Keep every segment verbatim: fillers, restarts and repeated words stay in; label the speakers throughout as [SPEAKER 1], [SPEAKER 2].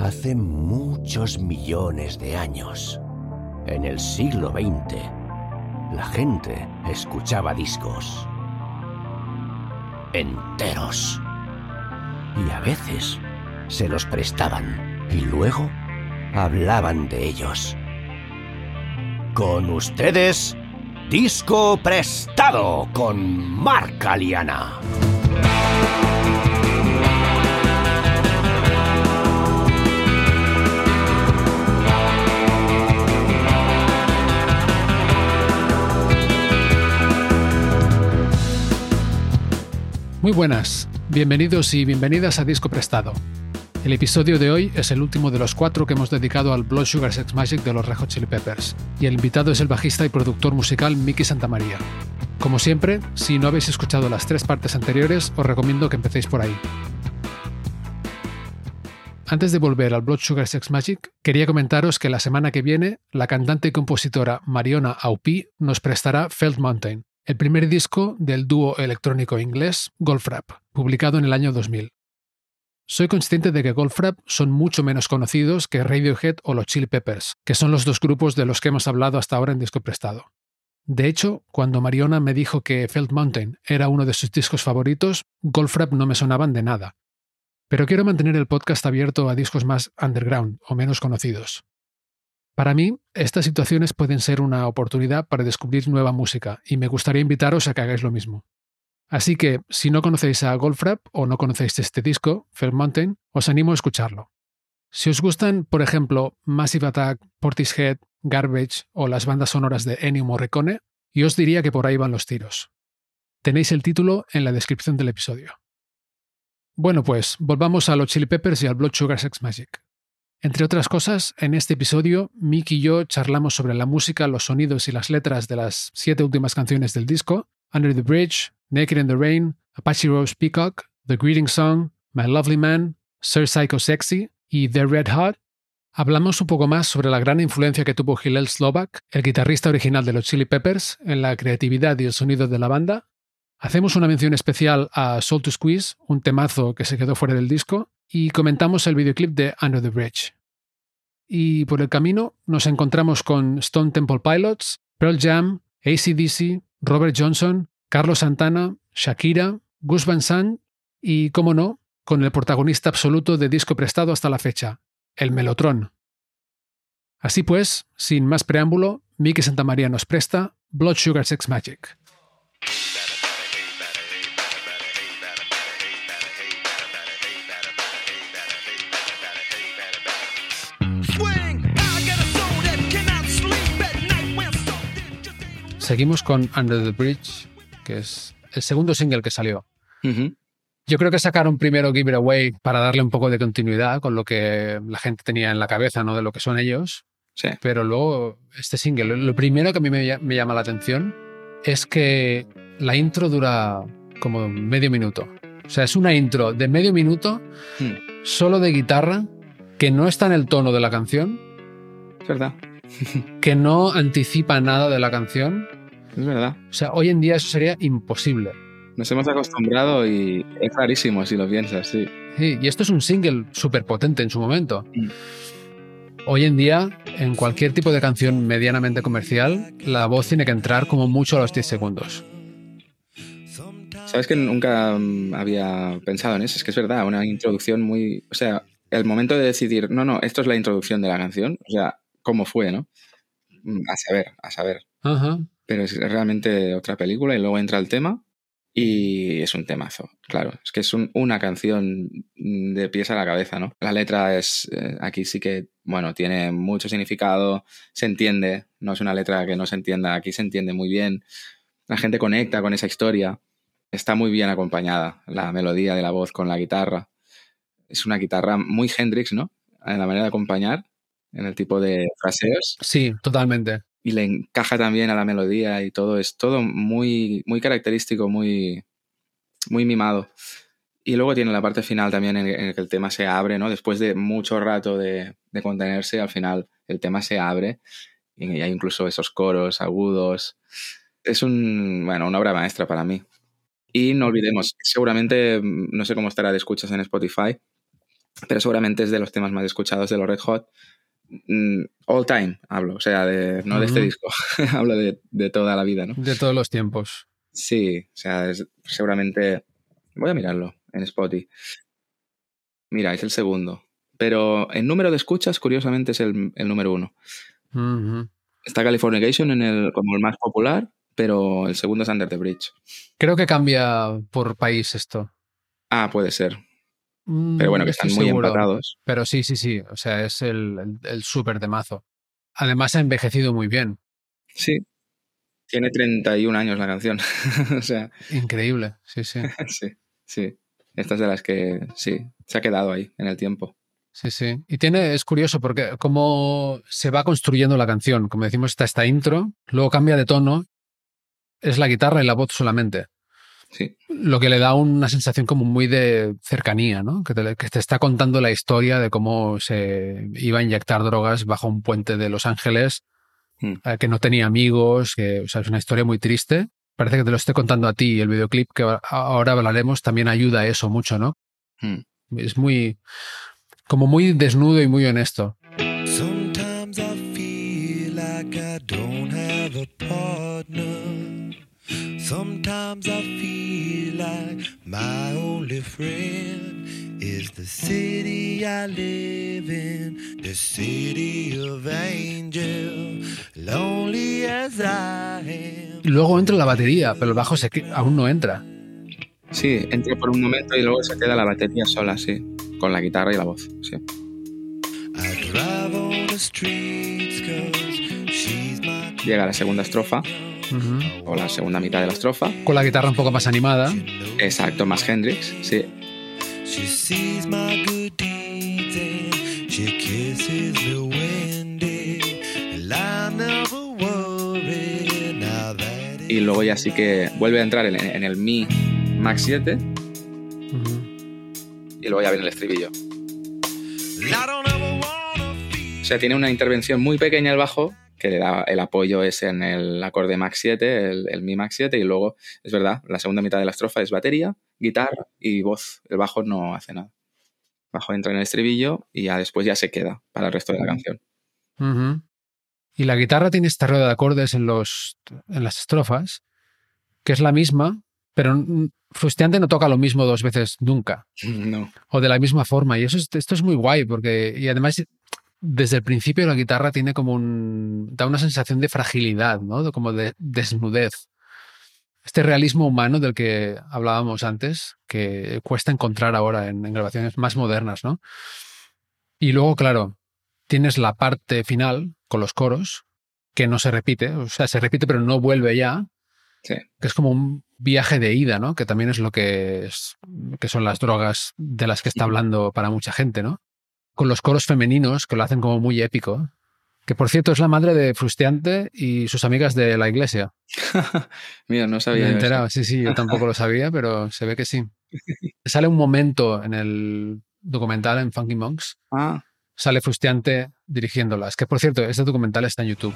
[SPEAKER 1] Hace muchos millones de años, en el siglo veinte, la gente escuchaba discos enteros y a veces se los prestaban y luego hablaban de ellos. Con ustedes, Disco Prestado con Marc Aliana.
[SPEAKER 2] Muy buenas, bienvenidos y bienvenidas a Disco Prestado. El episodio de hoy es el último de los cuatro que hemos dedicado al Blood Sugar Sex Magik de los Red Hot Chili Peppers, y el invitado es el bajista y productor musical Miki Santamaría. Como siempre, si no habéis escuchado las tres partes anteriores, os recomiendo que empecéis por ahí. Antes de volver al Blood Sugar Sex Magik, quería comentaros que la semana que viene, la cantante y compositora Mariona Aupí nos prestará Felt Mountain, el primer disco del dúo electrónico inglés Goldfrapp, publicado en el año dos mil. Soy consciente de que Goldfrapp son mucho menos conocidos que Radiohead o los Chili Peppers, que son los dos grupos de los que hemos hablado hasta ahora en Disco Prestado. De hecho, cuando Mariona me dijo que Felt Mountain era uno de sus discos favoritos, Goldfrapp no me sonaban de nada. Pero quiero mantener el podcast abierto a discos más underground o menos conocidos. Para mí, estas situaciones pueden ser una oportunidad para descubrir nueva música y me gustaría invitaros a que hagáis lo mismo. Así que, si no conocéis a Goldfrapp o no conocéis este disco, Felt Mountain, os animo a escucharlo. Si os gustan, por ejemplo, Massive Attack, Portishead, Garbage o las bandas sonoras de Ennio Morricone, yo os diría que por ahí van los tiros. Tenéis el título en la descripción del episodio. Bueno pues, volvamos a los Chili Peppers y al Blood Sugar Sex Magik. Entre otras cosas, en este episodio, Mick y yo charlamos sobre la música, los sonidos y las letras de las siete últimas canciones del disco: Under the Bridge, Naked in the Rain, Apache Rose Peacock, The Greeting Song, My Lovely Man, Sir Psycho Sexy y The Red Hot. Hablamos un poco más sobre la gran influencia que tuvo Hillel Slovak, el guitarrista original de los Chili Peppers, en la creatividad y el sonido de la banda. Hacemos una mención especial a Soul to Squeeze, un temazo que se quedó fuera del disco, y comentamos el videoclip de Under the Bridge. Y por el camino nos encontramos con Stone Temple Pilots, Pearl Jam, A C D C, Robert Johnson, Carlos Santana, Shakira, Gus Van Sant y, como no, con el protagonista absoluto de Disco Prestado hasta la fecha, el Mellotron. Así pues, sin más preámbulo, Miki Santamaría nos presta Blood Sugar Sex Magik. Seguimos con Under the Bridge, que es el segundo single que salió.
[SPEAKER 3] Uh-huh.
[SPEAKER 2] Yo creo que sacaron primero Give It Away para darle un poco de continuidad con lo que la gente tenía en la cabeza, ¿no? De lo que son ellos.
[SPEAKER 3] Sí.
[SPEAKER 2] Pero luego este single, lo primero que a mí me, me llama la atención es que la intro dura como medio minuto. O sea, es una intro de medio minuto
[SPEAKER 3] hmm.
[SPEAKER 2] solo de guitarra, que no está en el tono de la canción.
[SPEAKER 3] Es verdad.
[SPEAKER 2] Que no anticipa nada de la canción.
[SPEAKER 3] Es verdad.
[SPEAKER 2] O sea, hoy en día eso sería imposible.
[SPEAKER 3] Nos hemos acostumbrado y es rarísimo si lo piensas, sí.
[SPEAKER 2] Sí, y esto es un single súper potente en su momento.
[SPEAKER 3] Mm.
[SPEAKER 2] Hoy en día, en cualquier tipo de canción medianamente comercial, la voz tiene que entrar como mucho a los diez segundos.
[SPEAKER 3] ¿Sabes que nunca había pensado en eso? Es que es verdad, una introducción muy... O sea, el momento de decidir, no, no, esto es la introducción de la canción, o sea, cómo fue, ¿no? A saber, a saber.
[SPEAKER 2] Uh-huh.
[SPEAKER 3] Pero es realmente otra película y luego entra el tema y es un temazo, claro. Es que es un, una canción de pies a la cabeza, ¿no? La letra es, eh, aquí sí que, bueno, tiene mucho significado, se entiende, no es una letra que no se entienda, aquí se entiende muy bien, la gente conecta con esa historia, está muy bien acompañada la melodía de la voz con la guitarra. Es una guitarra muy Hendrix, ¿no? En la manera de acompañar, en el tipo de fraseos.
[SPEAKER 2] Sí, totalmente.
[SPEAKER 3] Y le encaja también a la melodía y todo. Es todo muy, muy característico, muy, muy mimado. Y luego tiene la parte final también en, en que el tema se abre, ¿no? Después de mucho rato de, de contenerse, al final el tema se abre y hay incluso esos coros agudos. Es un, bueno, una obra maestra para mí. Y no olvidemos, seguramente, no sé cómo estará de escuchas en Spotify, pero seguramente es de los temas más escuchados de los Red Hot. Mm, all time hablo, o sea, de, no uh-huh. de este disco, hablo de, de toda la vida, ¿no?
[SPEAKER 2] De todos los tiempos.
[SPEAKER 3] Sí, o sea, es, seguramente... Voy a mirarlo en Spotify. Mira, es el segundo. Pero en número de escuchas, curiosamente, es el, el número uno.
[SPEAKER 2] Uh-huh.
[SPEAKER 3] Está Californication en el, como el más popular, pero el segundo es Under the Bridge.
[SPEAKER 2] Creo que cambia por país esto.
[SPEAKER 3] Ah, puede ser.
[SPEAKER 2] Mm,
[SPEAKER 3] pero bueno, que están muy
[SPEAKER 2] seguro.
[SPEAKER 3] empatados.
[SPEAKER 2] Pero sí, sí, sí. O sea, es el, el, el súper temazo. Además ha envejecido muy bien.
[SPEAKER 3] Sí. Tiene treinta y un años la canción. O sea...
[SPEAKER 2] Increíble, sí, sí.
[SPEAKER 3] Sí, sí. Esta es de las que, sí, se ha quedado ahí en el tiempo.
[SPEAKER 2] Sí, sí. Y tiene, es curioso porque cómo se va construyendo la canción. Como decimos, está esta intro, luego cambia de tono, es la guitarra y la voz solamente.
[SPEAKER 3] Sí.
[SPEAKER 2] Lo que le da una sensación como muy de cercanía, ¿no? Que te, que te está contando la historia de cómo se iba a inyectar drogas bajo un puente de Los Ángeles, mm. eh, que no tenía amigos, que, o sea, es una historia muy triste. Parece que te lo estoy contando a ti y el videoclip que ahora hablaremos también ayuda a eso mucho, ¿no? Mm. Es muy... como muy desnudo y muy honesto. Sometimes I feel like I don't have a partner. Sometimes I feel like my only friend is the city I live in, the city of angel, lonely as I am. Y luego entra la batería, pero el bajo se, aún no entra.
[SPEAKER 3] Sí, entra por un momento y luego se queda la batería sola, sí. Con la guitarra y la voz, sí. Llega la segunda estrofa, uh-huh. o la segunda mitad de la estrofa.
[SPEAKER 2] Con la guitarra un poco más animada.
[SPEAKER 3] Exacto, más Hendrix, sí. Y luego ya sí que vuelve a entrar en, en el Mi Max siete. Y luego ya viene el estribillo. O sea, tiene una intervención muy pequeña el bajo, que le da el apoyo es en el acorde Max siete, el, el Mi Max siete, y luego, es verdad, la segunda mitad de la estrofa es batería, guitarra y voz. El bajo no hace nada. El bajo entra en el estribillo y ya después ya se queda para el resto de la canción.
[SPEAKER 2] Uh-huh. Y la guitarra tiene esta rueda de acordes en, los, en las estrofas, que es la misma, pero Frustiante no toca lo mismo dos veces nunca.
[SPEAKER 3] No.
[SPEAKER 2] O de la misma forma. Y eso es, esto es muy guay, porque y además desde el principio la guitarra tiene como un... da una sensación de fragilidad, ¿no? Como de desnudez. Este realismo humano del que hablábamos antes, que cuesta encontrar ahora en, en grabaciones más modernas, ¿no? Y luego, claro, tienes la parte final con los coros, que no se repite, o sea, se repite pero no vuelve ya.
[SPEAKER 3] Sí.
[SPEAKER 2] Que es como un viaje de ida, ¿no? Que también es lo que, es, que son las drogas de las que está hablando para mucha gente, ¿no? Con los coros femeninos, que lo hacen como muy épico. Que, por cierto, es la madre de Frustiante y sus amigas de la iglesia.
[SPEAKER 3] Mira, no sabía.
[SPEAKER 2] Me he enterado, sí, sí, yo tampoco lo sabía, pero se ve que sí. Sale un momento en el documental, en Funky Monks.
[SPEAKER 3] Ah.
[SPEAKER 2] Sale Frustiante dirigiéndolas. Que, por cierto, este documental está en YouTube.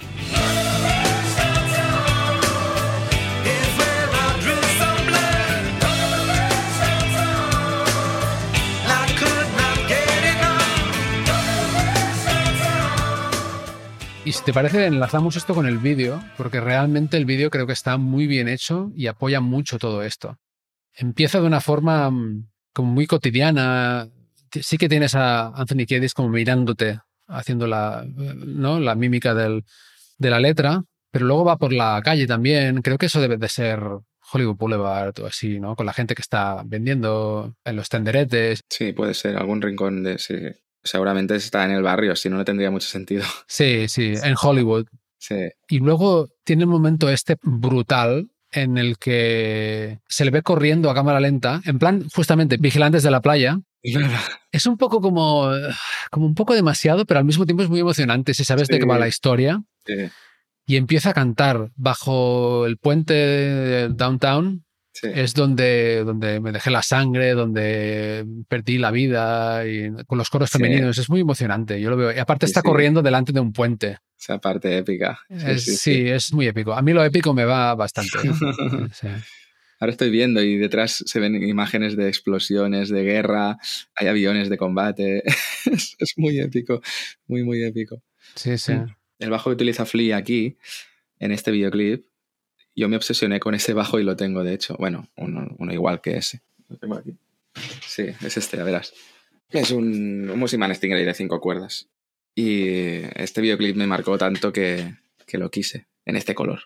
[SPEAKER 2] Y si te parece, enlazamos esto con el vídeo, porque realmente el vídeo creo que está muy bien hecho y apoya mucho todo esto. Empieza de una forma como muy cotidiana. Sí que tienes a Anthony Kiedis como mirándote, haciendo la, ¿no? la mímica del, de la letra, pero luego va por la calle también. Creo que eso debe de ser Hollywood Boulevard o así, ¿no? Con la gente que está vendiendo en los tenderetes.
[SPEAKER 3] Sí, puede ser algún rincón de... Sí. Seguramente está en el barrio, si no, no tendría mucho sentido.
[SPEAKER 2] Sí, sí, en Hollywood.
[SPEAKER 3] Sí.
[SPEAKER 2] Y luego tiene el momento este brutal en el que se le ve corriendo a cámara lenta, en plan, justamente, Vigilantes de la playa. Es un poco como, como un poco demasiado, pero al mismo tiempo es muy emocionante si sabes sí. de qué va la historia.
[SPEAKER 3] Sí.
[SPEAKER 2] Y empieza a cantar bajo el puente de Downtown. Sí. Es donde, donde me dejé la sangre, donde perdí la vida, y con los coros femeninos. Sí. Es muy emocionante, yo lo veo. Y aparte sí, está sí. corriendo delante de un puente.
[SPEAKER 3] Esa parte épica.
[SPEAKER 2] Sí, es, sí, sí, es muy épico. A mí lo épico me va bastante. Sí.
[SPEAKER 3] Ahora estoy viendo y detrás se ven imágenes de explosiones, de guerra, hay aviones de combate. es, es muy épico, muy, muy épico.
[SPEAKER 2] Sí, sí.
[SPEAKER 3] El bajo que utiliza Flea aquí, en este videoclip, yo me obsesioné con ese bajo y lo tengo, de hecho. Bueno, uno, uno igual que ese. Lo tengo aquí. Sí, es este, ya verás. Es un, un Musiman Stingray de cinco cuerdas. Y este videoclip me marcó tanto que, que lo quise, en este color.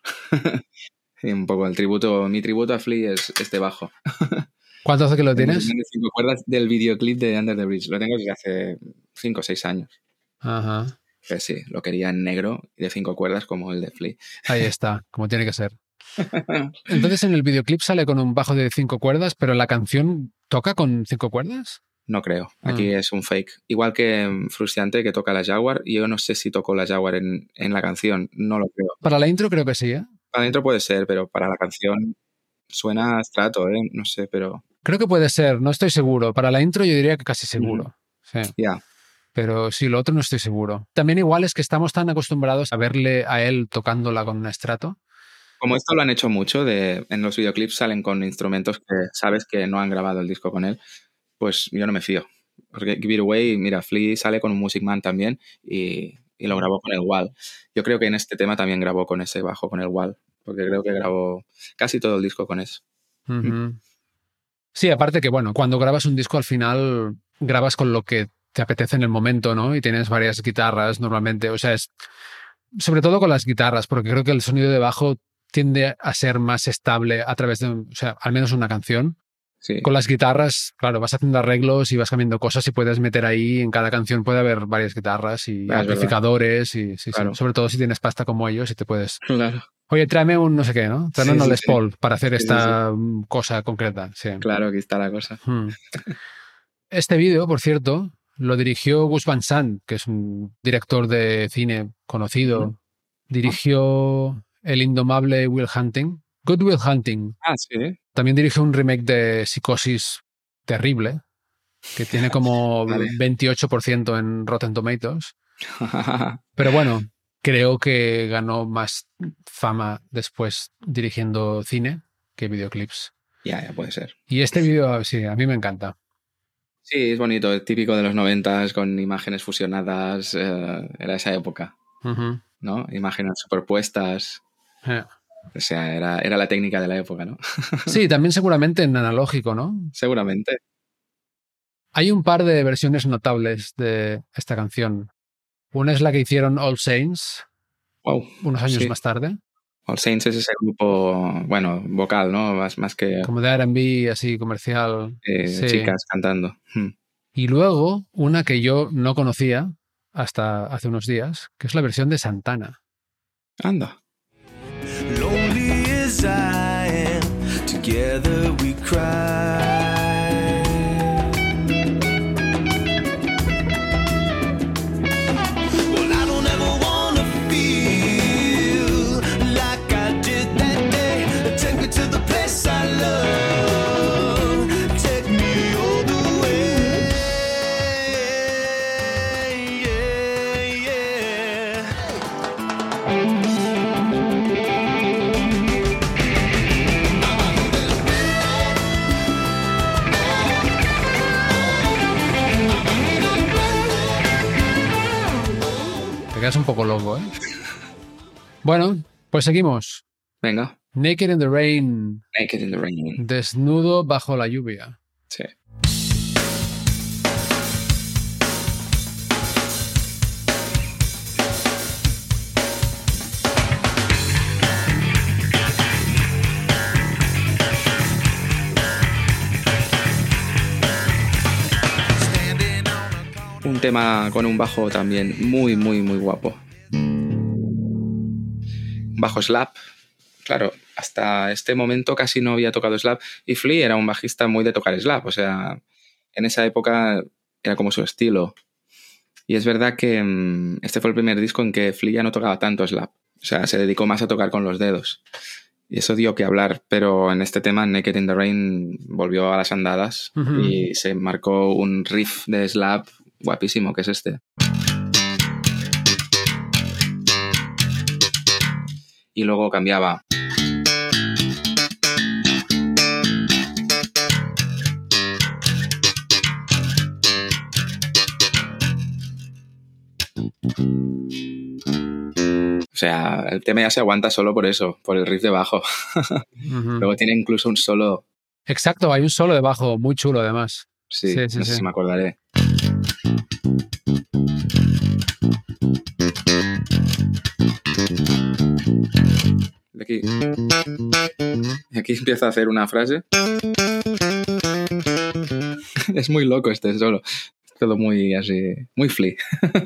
[SPEAKER 3] Y un poco el tributo, mi tributo a Flea es este bajo.
[SPEAKER 2] ¿Cuánto hace que lo tienes?
[SPEAKER 3] De cinco cuerdas del videoclip de Under the Bridge. Lo tengo desde hace cinco o seis años.
[SPEAKER 2] Ajá.
[SPEAKER 3] Pues sí, lo quería en negro y de cinco cuerdas como el de Flea.
[SPEAKER 2] Ahí está, como tiene que ser. Entonces en el videoclip sale con un bajo de cinco cuerdas, pero la canción toca con cinco cuerdas.
[SPEAKER 3] No creo. Aquí ah. es un fake. Igual que Frusciante, que toca la Jaguar. Y yo no sé si tocó la Jaguar en, en la canción. No lo creo.
[SPEAKER 2] Para la intro creo que sí, ¿eh?
[SPEAKER 3] Para la intro puede ser, pero para la canción suena a Strato, ¿eh? No sé, pero...
[SPEAKER 2] Creo que puede ser, no estoy seguro. Para la intro yo diría que casi seguro.
[SPEAKER 3] Mm.
[SPEAKER 2] Sí.
[SPEAKER 3] Ya. Yeah.
[SPEAKER 2] Pero sí, lo otro no estoy seguro. También igual es que estamos tan acostumbrados a verle a él tocándola con un Strato.
[SPEAKER 3] Como esto lo han hecho mucho, de, en los videoclips salen con instrumentos que sabes que no han grabado el disco con él, pues yo no me fío. Porque Give It Away, mira, Flea sale con un Music Man también y, y lo grabó con el Wal. Yo creo que en este tema también grabó con ese bajo, con el Wal, porque creo que grabó casi todo el disco con eso.
[SPEAKER 2] Uh-huh. Sí, aparte que, bueno, cuando grabas un disco al final grabas con lo que te apetece en el momento, ¿no? Y tienes varias guitarras normalmente, o sea, es sobre todo con las guitarras, porque creo que el sonido de bajo tiende a ser más estable a través de, o sea, al menos una canción.
[SPEAKER 3] Sí.
[SPEAKER 2] Con las guitarras, claro, vas haciendo arreglos y vas cambiando cosas y puedes meter ahí, en cada canción puede haber varias guitarras y
[SPEAKER 3] ah,
[SPEAKER 2] amplificadores y sí,
[SPEAKER 3] claro.
[SPEAKER 2] sí. Sobre todo si tienes pasta como ellos y te puedes...
[SPEAKER 3] Claro.
[SPEAKER 2] Oye, tráeme un no sé qué, ¿no? Tráeme
[SPEAKER 3] sí,
[SPEAKER 2] un
[SPEAKER 3] sí,
[SPEAKER 2] Les Paul
[SPEAKER 3] sí.
[SPEAKER 2] para hacer
[SPEAKER 3] sí,
[SPEAKER 2] esta
[SPEAKER 3] sí, sí.
[SPEAKER 2] cosa concreta. Sí.
[SPEAKER 3] Claro, aquí está la cosa.
[SPEAKER 2] Hmm. Este vídeo, por cierto, lo dirigió Gus Van Sant, que es un director de cine conocido.
[SPEAKER 3] ¿Mm?
[SPEAKER 2] Dirigió El indomable Will Hunting. Good Will Hunting.
[SPEAKER 3] Ah, sí.
[SPEAKER 2] También dirigió un remake de Psicosis terrible, que tiene como
[SPEAKER 3] vale.
[SPEAKER 2] veintiocho por ciento en Rotten Tomatoes. Pero bueno, creo que ganó más fama después dirigiendo cine que videoclips.
[SPEAKER 3] Ya, ya puede ser.
[SPEAKER 2] Y este vídeo, sí, a mí me encanta.
[SPEAKER 3] Sí, es bonito, es típico de los noventas, con imágenes fusionadas, eh, era esa época,
[SPEAKER 2] uh-huh.
[SPEAKER 3] ¿no? Imágenes superpuestas.
[SPEAKER 2] Yeah.
[SPEAKER 3] O sea, era, era la técnica de la época, ¿no?
[SPEAKER 2] Sí, también seguramente en analógico, ¿no?
[SPEAKER 3] Seguramente.
[SPEAKER 2] Hay un par de versiones notables de esta canción. Una es la que hicieron All Saints,
[SPEAKER 3] wow.
[SPEAKER 2] unos años
[SPEAKER 3] sí.
[SPEAKER 2] más tarde.
[SPEAKER 3] All Saints es ese grupo, bueno, vocal, ¿no? Más, más que...
[SPEAKER 2] Como de R and B, así, comercial.
[SPEAKER 3] Eh,
[SPEAKER 2] sí.
[SPEAKER 3] Chicas cantando. Hmm.
[SPEAKER 2] Y luego, una que yo no conocía hasta hace unos días, que es la versión de Santana.
[SPEAKER 3] Anda.
[SPEAKER 4] Lonely as I am, together we cry. Well, I don't ever wanna feel like I did that day. Take me to the place I love. Take me all the way. Yeah, yeah.
[SPEAKER 2] Te quedas un poco loco, ¿eh? Bueno, pues seguimos.
[SPEAKER 3] Venga.
[SPEAKER 2] Naked in the Rain.
[SPEAKER 3] Naked in the Rain.
[SPEAKER 2] Desnudo bajo la lluvia.
[SPEAKER 3] Sí. Un tema con un bajo también muy, muy, muy guapo. Un bajo slap. Claro, hasta este momento casi no había tocado slap y Flea era un bajista muy de tocar slap. O sea, en esa época era como su estilo. Y es verdad que um, este fue el primer disco en que Flea ya no tocaba tanto slap. O sea, se dedicó más a tocar con los dedos. Y eso dio que hablar, pero en este tema, Naked in the Rain, volvió a las andadas uh-huh. y se marcó un riff de slap guapísimo, que es este. Y luego cambiaba. O sea, el tema ya se aguanta solo por eso, por el riff de bajo.
[SPEAKER 2] Uh-huh.
[SPEAKER 3] Luego tiene incluso un solo...
[SPEAKER 2] Exacto, hay un solo de bajo muy chulo además.
[SPEAKER 3] Sí,
[SPEAKER 2] Sí, sí,
[SPEAKER 3] no sé
[SPEAKER 2] sí.
[SPEAKER 3] si me acordaré. Y aquí, y aquí empieza a hacer una frase. Es muy loco este solo. Es todo muy así, muy flea.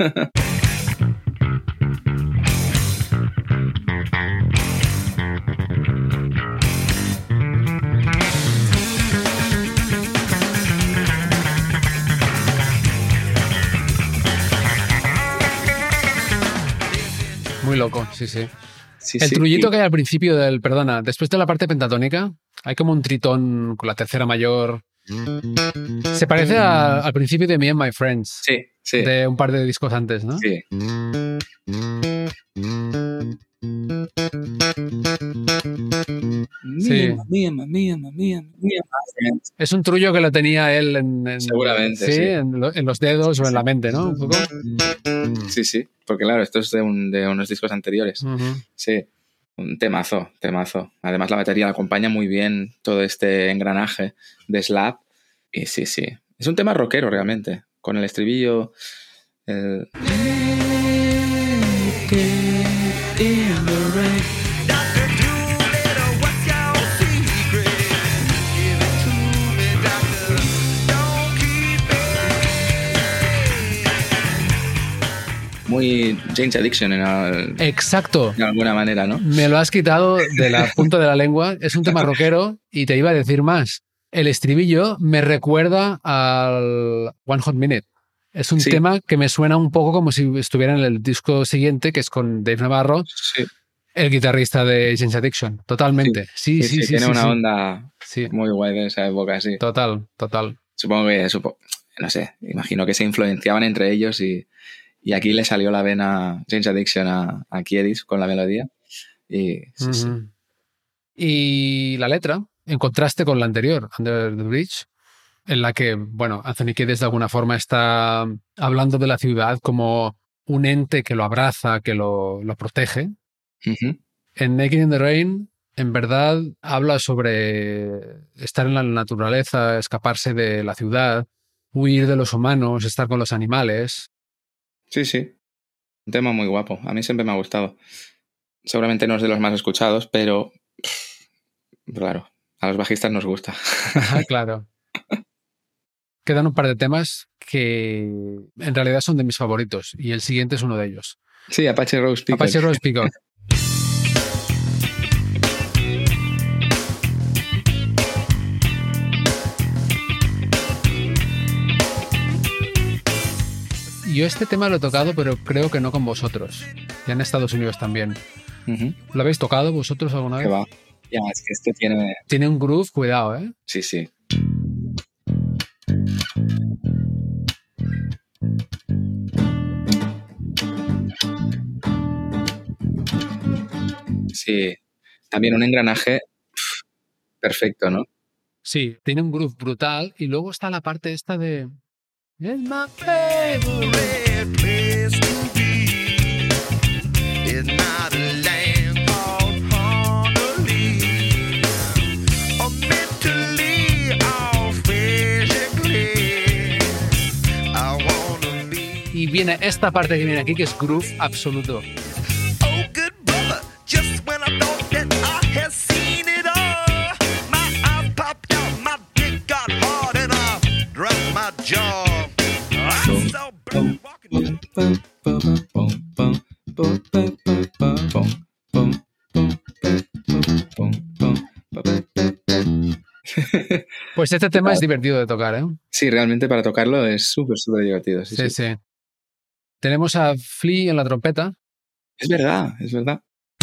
[SPEAKER 2] Muy loco, sí, sí.
[SPEAKER 3] Sí,
[SPEAKER 2] El
[SPEAKER 3] sí,
[SPEAKER 2] trullito
[SPEAKER 3] y-
[SPEAKER 2] que hay al principio del... Perdona, después de la parte pentatónica, hay como un tritón con la tercera mayor. Se parece a- al principio de Me and My Friends,
[SPEAKER 3] Sí, sí,
[SPEAKER 2] de un par de discos antes, ¿no?
[SPEAKER 3] sí.
[SPEAKER 2] Sí.
[SPEAKER 3] Mía, mía, mía, mía, mía, friends.
[SPEAKER 2] Es un trullo que lo tenía él en, en-
[SPEAKER 3] Seguramente,
[SPEAKER 2] sí,
[SPEAKER 3] sí.
[SPEAKER 2] En, lo- en los dedos
[SPEAKER 3] Sí,
[SPEAKER 2] o en
[SPEAKER 3] sí.
[SPEAKER 2] la mente, ¿no? Un poco.
[SPEAKER 3] Sí, sí, porque claro, esto es de, un- de unos discos anteriores.
[SPEAKER 2] Ujú.
[SPEAKER 3] Sí, un temazo, temazo. Además la batería acompaña muy bien todo este engranaje de slap. Y sí, sí. Es un tema rockero realmente, con el estribillo... el-
[SPEAKER 4] Doctor Doolittle, what's your secret? Give it to me, doctor. Don't keep it.
[SPEAKER 3] muy Jane's Addiction en, al-
[SPEAKER 2] Exacto.
[SPEAKER 3] de alguna manera, ¿no?
[SPEAKER 2] Me lo has quitado de la punta de la lengua. Es un tema rockero y te iba a decir más. El estribillo me recuerda al One Hot Minute. Es un
[SPEAKER 3] Sí.
[SPEAKER 2] tema que me suena un poco como si estuviera en el disco siguiente, que es con Dave Navarro,
[SPEAKER 3] Sí,
[SPEAKER 2] el guitarrista de Jane's Addiction. Totalmente. Sí, sí, sí. sí,
[SPEAKER 3] tiene
[SPEAKER 2] sí,
[SPEAKER 3] una
[SPEAKER 2] sí.
[SPEAKER 3] onda
[SPEAKER 2] Sí,
[SPEAKER 3] muy guay de esa época, sí.
[SPEAKER 2] total, total.
[SPEAKER 3] Supongo que, supo- no sé, imagino que se influenciaban entre ellos y, y aquí le salió la vena Jane's Addiction a, a Kiedis con la melodía. Y sí, sí.
[SPEAKER 2] Ujú. Y la letra, en contraste con la anterior, Under the Bridge, en la que, bueno, Anthony Kiedis de alguna forma está hablando de la ciudad como un ente que lo abraza, que lo, lo protege.
[SPEAKER 3] Ujú.
[SPEAKER 2] En Naked in the Rain, en verdad, habla sobre estar en la naturaleza, escaparse de la ciudad, huir de los humanos, estar con los animales.
[SPEAKER 3] Sí, sí. Un tema muy guapo. A mí siempre me ha gustado. Seguramente no es de los más escuchados, pero pff, claro, a los bajistas nos gusta.
[SPEAKER 2] Ajá, claro. Quedan un par de temas que en realidad son de mis favoritos y el siguiente es uno de ellos.
[SPEAKER 3] Sí, Apache Rose Pickle.
[SPEAKER 2] Apache Rose Peacock. Yo este tema lo he tocado, pero creo que no con vosotros. Ya en Estados Unidos también.
[SPEAKER 3] Ujú.
[SPEAKER 2] ¿Lo habéis tocado vosotros alguna
[SPEAKER 3] Que
[SPEAKER 2] vez?
[SPEAKER 3] va. Ya, es que este tiene...
[SPEAKER 2] Tiene un groove, cuidado, ¿eh?
[SPEAKER 3] Sí, sí. Sí. También un engranaje pff, perfecto, ¿no?
[SPEAKER 2] Sí, tiene un groove brutal y luego está la parte esta de... It's my favorite.
[SPEAKER 4] Red place to be. It's not a land called Honolulu. Or mentally or physically. I wanna be.
[SPEAKER 2] Y viene esta parte que viene aquí, que es groove absoluto.
[SPEAKER 4] Oh, good brother. Just when I thought that I had seen it all, my eyes popped out, my dick got hard, and I dropped my jaw. I saw blood walking.
[SPEAKER 2] Pues este tema es divertido de tocar, ¿eh?
[SPEAKER 3] Sí, realmente para tocarlo es súper, súper divertido. Sí,
[SPEAKER 2] Sí,
[SPEAKER 3] sí.
[SPEAKER 2] sí. Tenemos a Flea en la trompeta.
[SPEAKER 3] Es verdad, es verdad.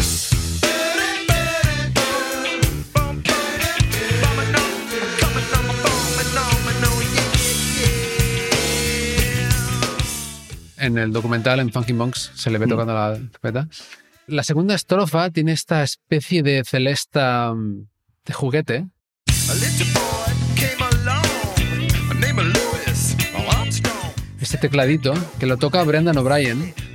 [SPEAKER 2] En el documental, en Funky Monks, se le ve
[SPEAKER 3] Mm.
[SPEAKER 2] tocando la trompeta. La segunda estrofa tiene esta especie de celesta mm, de juguete.
[SPEAKER 4] A little boy came along, named Louis Armstrong.
[SPEAKER 2] Este tecladito que lo toca Brendan O'Brien.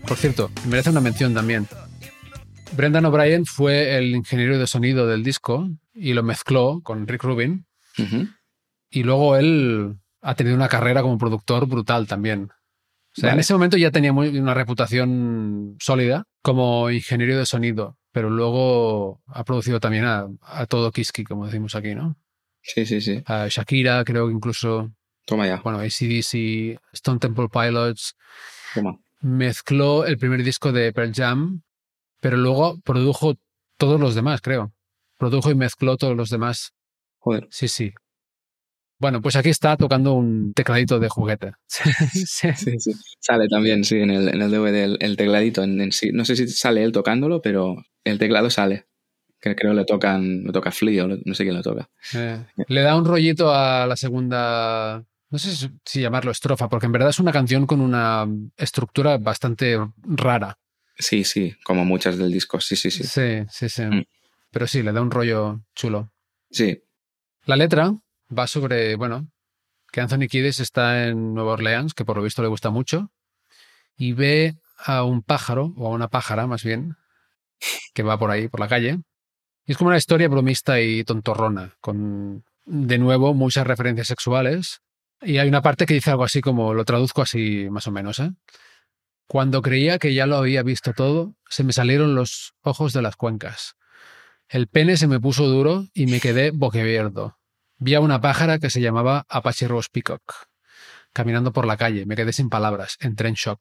[SPEAKER 2] Por cierto, merece una mención también. Brendan O'Brien fue el ingeniero de sonido del disco y lo mezcló con Rick Rubin.
[SPEAKER 3] Ujú.
[SPEAKER 2] Y luego él ha tenido una carrera como productor brutal también. O sea,
[SPEAKER 3] Vale.
[SPEAKER 2] en ese momento ya tenía muy- una reputación sólida como ingeniero de sonido, pero luego ha producido también a, a todo Kiski, como decimos aquí, ¿no?
[SPEAKER 3] Sí, sí, sí.
[SPEAKER 2] A Shakira, creo que incluso,
[SPEAKER 3] Toma ya.
[SPEAKER 2] bueno, A C D C, Stone Temple Pilots.
[SPEAKER 3] Toma.
[SPEAKER 2] Mezcló el primer disco de Pearl Jam, pero luego produjo todos los demás, creo. Produjo y mezcló todos los demás.
[SPEAKER 3] Joder.
[SPEAKER 2] Sí, sí. Bueno, pues aquí está tocando un tecladito de juguete. Sí.
[SPEAKER 3] Sí, sí. Sale también, sí, en el, en el D V D el, el tecladito en, en sí. No sé si sale él tocándolo, pero el teclado sale. Que creo le tocan, le toca Flea o le- no sé quién le toca.
[SPEAKER 2] Eh, le da un rollito a la segunda, no sé si, si llamarlo estrofa, porque en verdad es una canción con una estructura bastante rara.
[SPEAKER 3] Sí, sí, como muchas del disco. Sí, sí, sí.
[SPEAKER 2] Sí, sí, sí.
[SPEAKER 3] Mm.
[SPEAKER 2] Pero sí, le da un rollo chulo.
[SPEAKER 3] Sí.
[SPEAKER 2] La letra va sobre, bueno, que Anthony Kiedis está en Nueva Orleans, que por lo visto le gusta mucho, y ve a un pájaro, o a una pájara más bien, que va por ahí, por la calle. Y es como una historia bromista y tontorrona, con, de nuevo, muchas referencias sexuales. Y hay una parte que dice algo así como, lo traduzco así más o menos, ¿eh? Cuando creía que ya lo había visto todo, se me salieron los ojos de las cuencas. El pene se me puso duro y me quedé boquiabierto. Vi a una pájara que se llamaba Apache Rose Peacock. Caminando por la calle, me quedé sin palabras, entré en shock.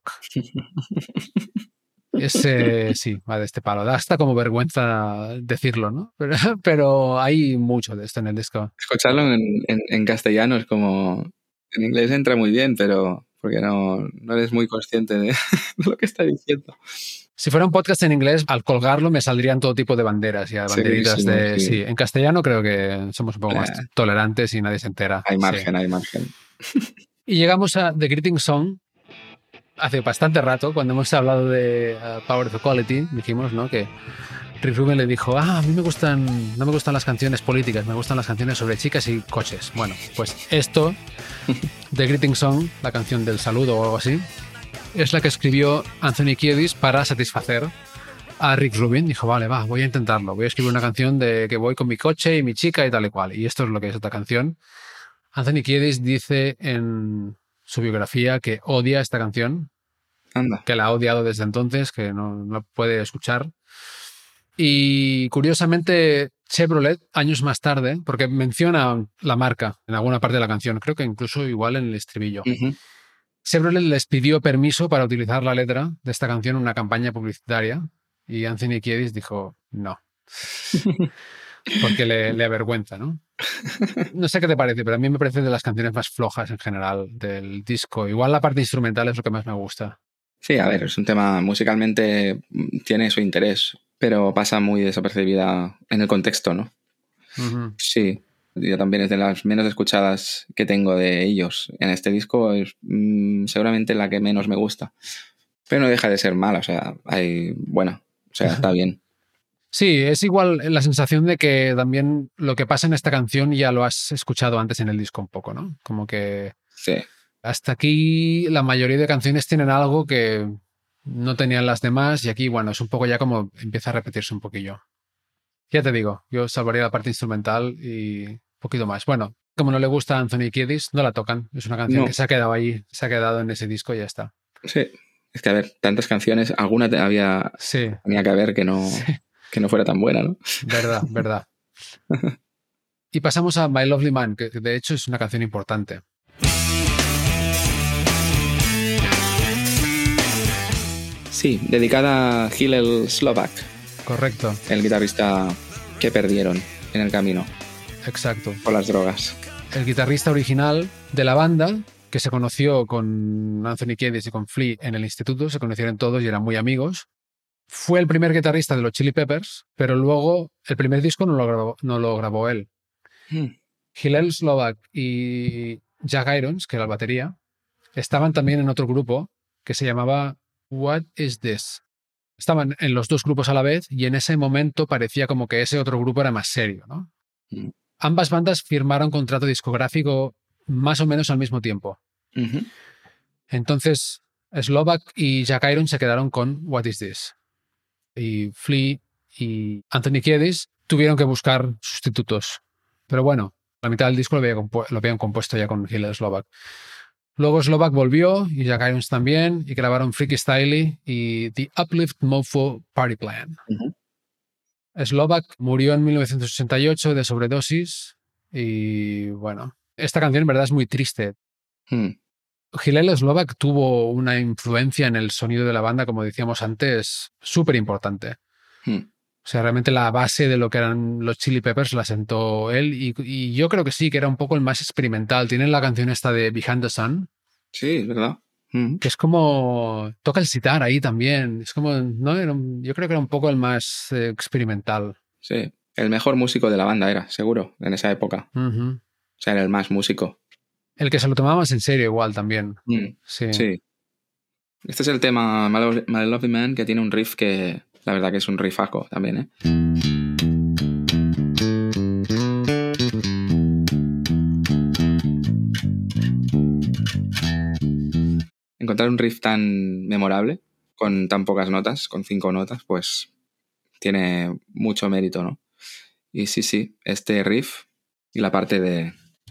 [SPEAKER 2] Ese, sí, va de este palo. Da hasta como vergüenza decirlo, ¿no? Pero, pero hay mucho de esto en el disco.
[SPEAKER 3] Escucharlo en, en, en castellano es como... En inglés entra muy bien, pero porque no, no eres muy consciente de, de lo que está diciendo.
[SPEAKER 2] Si fuera un podcast en inglés, al colgarlo me saldrían todo tipo de banderas y banderitas
[SPEAKER 3] Segurísimo,
[SPEAKER 2] de...
[SPEAKER 3] sí.
[SPEAKER 2] Sí, en castellano creo que somos un poco más
[SPEAKER 3] Eh.
[SPEAKER 2] tolerantes y nadie se entera.
[SPEAKER 3] Hay
[SPEAKER 2] Sí.
[SPEAKER 3] margen, hay margen.
[SPEAKER 2] Y llegamos a The Greeting Song hace bastante rato, cuando hemos hablado de uh, Power of Equality, dijimos, ¿no?, que Rick Rubin le dijo, ah, a mí me gustan, no me gustan las canciones políticas, me gustan las canciones sobre chicas y coches. Bueno, pues esto, The Greeting Song, la canción del saludo o algo así, es la que escribió Anthony Kiedis para satisfacer a Rick Rubin. Dijo, vale, va, voy a intentarlo, voy a escribir una canción de que voy con mi coche y mi chica y tal y cual. Y esto es lo que es esta canción. Anthony Kiedis dice en su biografía que odia esta canción,
[SPEAKER 3] Anda.
[SPEAKER 2] que la ha odiado desde entonces, que no, no puede escuchar. Y curiosamente, Chevrolet, años más tarde, porque menciona la marca en alguna parte de la canción, creo que incluso igual en el estribillo,
[SPEAKER 3] Ujú.
[SPEAKER 2] Chevrolet les pidió permiso para utilizar la letra de esta canción en una campaña publicitaria y Anthony Kiedis dijo no, porque le, le avergüenza, ¿no? No sé qué te parece, pero a mí me parece de las canciones más flojas en general del disco. Igual la parte instrumental es lo que más me gusta.
[SPEAKER 3] Sí, a ver, es un tema musicalmente mm, tiene su interés, pero pasa muy desapercibida en el contexto, ¿no?
[SPEAKER 2] Ujú.
[SPEAKER 3] Sí, yo también es de las menos escuchadas que tengo de ellos. En este disco es mm, seguramente la que menos me gusta, pero no deja de ser mala, o sea, hay buena, o sea, está bien.
[SPEAKER 2] Sí, es igual la sensación de que también lo que pasa en esta canción ya lo has escuchado antes en el disco un poco, ¿no? Como que
[SPEAKER 3] Sí,
[SPEAKER 2] hasta aquí la mayoría de canciones tienen algo que no tenían las demás y aquí, bueno, es un poco ya como empieza a repetirse un poquillo. Ya te digo, yo salvaría la parte instrumental y un poquito más. Bueno, como no le gusta a Anthony Kiedis, no la tocan. Es una canción
[SPEAKER 3] No.
[SPEAKER 2] que se ha quedado ahí, se ha quedado en ese disco y ya está.
[SPEAKER 3] sí. Es que, a ver, tantas canciones, alguna te- había,
[SPEAKER 2] Sí,
[SPEAKER 3] tenía que haber que no, que no fuera tan buena, ¿no?
[SPEAKER 2] verdad, verdad. Y pasamos a My Lovely Man, que de hecho es una canción importante.
[SPEAKER 3] Sí, dedicada a Hillel Slovak,
[SPEAKER 2] Correcto,
[SPEAKER 3] el guitarrista que perdieron en el camino
[SPEAKER 2] exacto.
[SPEAKER 3] por las drogas.
[SPEAKER 2] El guitarrista original de la banda, que se conoció con Anthony Kiedis y con Flea en el instituto, se conocieron todos y eran muy amigos. Fue el primer guitarrista de los Chili Peppers, pero luego el primer disco no lo grabó, no lo grabó él.
[SPEAKER 3] Hmm.
[SPEAKER 2] Hillel Slovak y Jack Irons, que era la batería, estaban también en otro grupo que se llamaba What Is This? Estaban en los dos grupos a la vez y en ese momento parecía como que ese otro grupo era más serio, ¿no?
[SPEAKER 3] Mm.
[SPEAKER 2] Ambas bandas firmaron contrato discográfico más o menos al mismo tiempo.
[SPEAKER 3] Ujú.
[SPEAKER 2] Entonces, Slovak y Jack Irons se quedaron con What Is This. Y Flea y Anthony Kiedis tuvieron que buscar sustitutos. Pero bueno, la mitad del disco lo, había compu- lo habían compuesto ya con Hillel Slovak. Luego Slovak volvió y Jack Irons también y grabaron Freaky Styley y The Uplift Mofo Party Plan.
[SPEAKER 3] Ujú.
[SPEAKER 2] Slovak murió en mil novecientos ochenta y ocho de sobredosis y bueno, esta canción en verdad es muy triste.
[SPEAKER 3] Hmm.
[SPEAKER 2] Hillel Slovak tuvo una influencia en el sonido de la banda, como decíamos antes, súper importante.
[SPEAKER 3] Hmm.
[SPEAKER 2] O sea, realmente la base de lo que eran los Chili Peppers la sentó él y, y yo creo que sí, que era un poco el más experimental. Tienen la canción esta de Behind the Sun,
[SPEAKER 3] Sí, es verdad. Hmm.
[SPEAKER 2] que es como... toca el sitar ahí también. Es como... ¿no? Era un- yo creo que era un poco el más eh, experimental.
[SPEAKER 3] Sí, el mejor músico de la banda era, seguro, en esa época.
[SPEAKER 2] Ujú.
[SPEAKER 3] O sea, era el más músico.
[SPEAKER 2] El que se lo tomaba más en serio igual también.
[SPEAKER 3] Hmm.
[SPEAKER 2] Sí.
[SPEAKER 3] Sí. Este es el tema My Lo- My Lovely Man, que tiene un riff que, la verdad que es un riffaco también, ¿eh? Encontrar un riff tan memorable, con tan pocas notas, con cinco notas, pues tiene mucho mérito, ¿no? Y sí, sí, este riff y la parte de...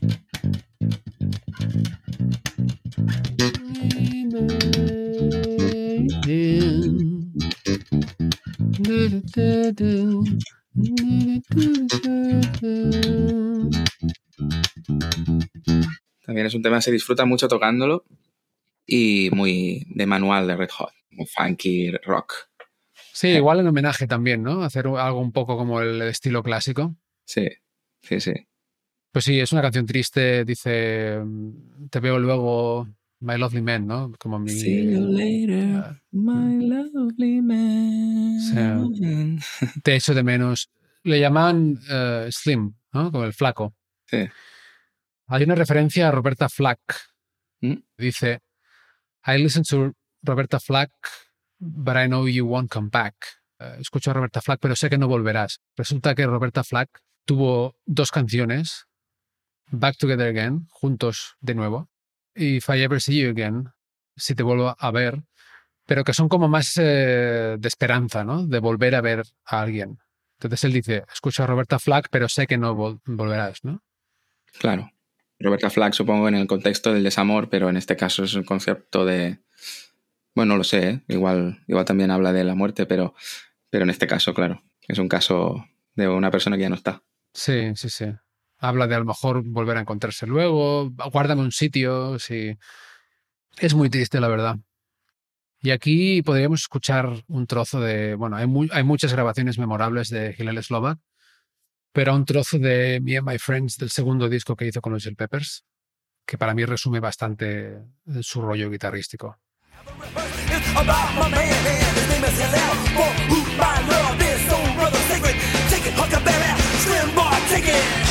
[SPEAKER 3] También es un tema que se disfruta mucho tocándolo y muy de manual de Red Hot, muy funky, rock.
[SPEAKER 2] Sí, igual en homenaje también, ¿no? Hacer algo un poco como el estilo clásico.
[SPEAKER 3] Sí, sí, sí.
[SPEAKER 2] Pues sí, es una canción triste, dice, te veo luego, My Lovely Man, ¿no? Como mi...
[SPEAKER 3] See you later,
[SPEAKER 2] Ah,
[SPEAKER 3] my lovely man.
[SPEAKER 2] Sí. te echo de menos. Le llaman eh, Slim, ¿no? Como el flaco.
[SPEAKER 3] Sí.
[SPEAKER 2] Hay una referencia a Roberta Flack.
[SPEAKER 3] ¿Mm?
[SPEAKER 2] Dice, I listen to Roberta Flack, but I know you won't come back. Eh, escucho a Roberta Flack, pero sé que no volverás. Resulta que Roberta Flack tuvo dos canciones, Back Together Again, juntos de nuevo, y If I Ever See You Again, si te vuelvo a ver, pero que son como más eh, de esperanza, ¿no? De volver a ver a alguien. Entonces él dice, escucho a Roberta Flack, pero sé que no vol- volverás, ¿no?
[SPEAKER 3] Claro. Roberta Flack, supongo, en el contexto del desamor, pero en este caso es un concepto de... Bueno, no lo sé, ¿eh? igual, igual también habla de la muerte, pero, pero en este caso, claro, es un caso de una persona que ya no está.
[SPEAKER 2] Sí, sí, sí. Habla de a lo mejor volver a encontrarse luego, guárdame un sitio, sí. Es muy triste, la verdad. Y aquí podríamos escuchar un trozo de... Bueno, hay, mu- hay muchas grabaciones memorables de Hillel Slovak, pero un trozo de Me and My Friends del segundo disco que hizo con los Chili Peppers, que para mí resume bastante su rollo guitarrístico.
[SPEAKER 4] It's about my man, and his name is Hillel, for who my love is so brother sacred. Take it, Huckleberry, Slim Boy, take it.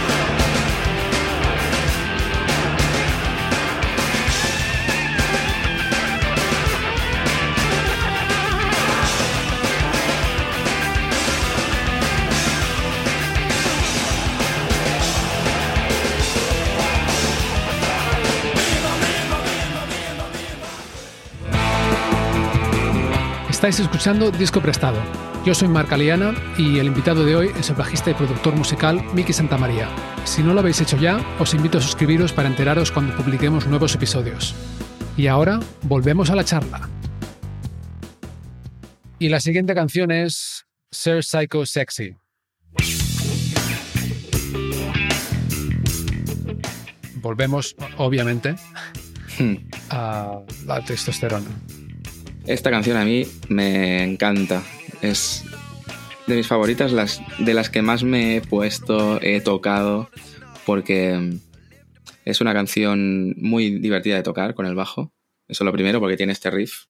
[SPEAKER 2] Estáis escuchando Disco Prestado. Yo soy Marc Aliana y el invitado de hoy es el bajista y productor musical Miki Santamaría. Si no lo habéis hecho ya, os invito a suscribiros para enteraros cuando publiquemos nuevos episodios. Y ahora, volvemos a la charla. Y la siguiente canción es Sir Psycho Sexy. Volvemos, obviamente,
[SPEAKER 3] Hmm.
[SPEAKER 2] a la testosterona.
[SPEAKER 3] Esta canción a mí me encanta. Es de mis favoritas, las, de las que más me he puesto, he tocado, porque es una canción muy divertida de tocar con el bajo. Eso es lo primero, porque tiene este riff.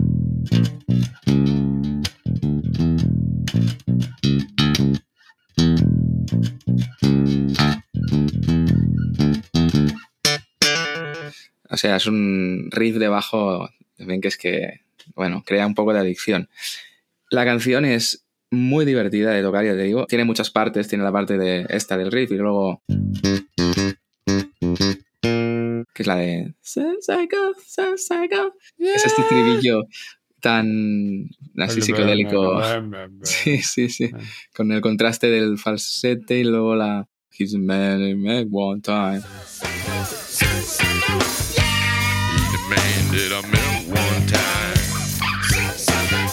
[SPEAKER 3] O sea, es un riff de bajo también que es que, bueno, crea un poco de adicción. La canción es muy divertida de tocar, ya te digo. Tiene muchas partes, tiene la parte de esta del riff y luego... que que es la de So Psycho, So Psycho. Es este estribillo tan así psicodélico. Sí, sí, sí. Con el contraste del falsete y luego la He's a man in make one time.
[SPEAKER 4] He's the man that I met one time. He's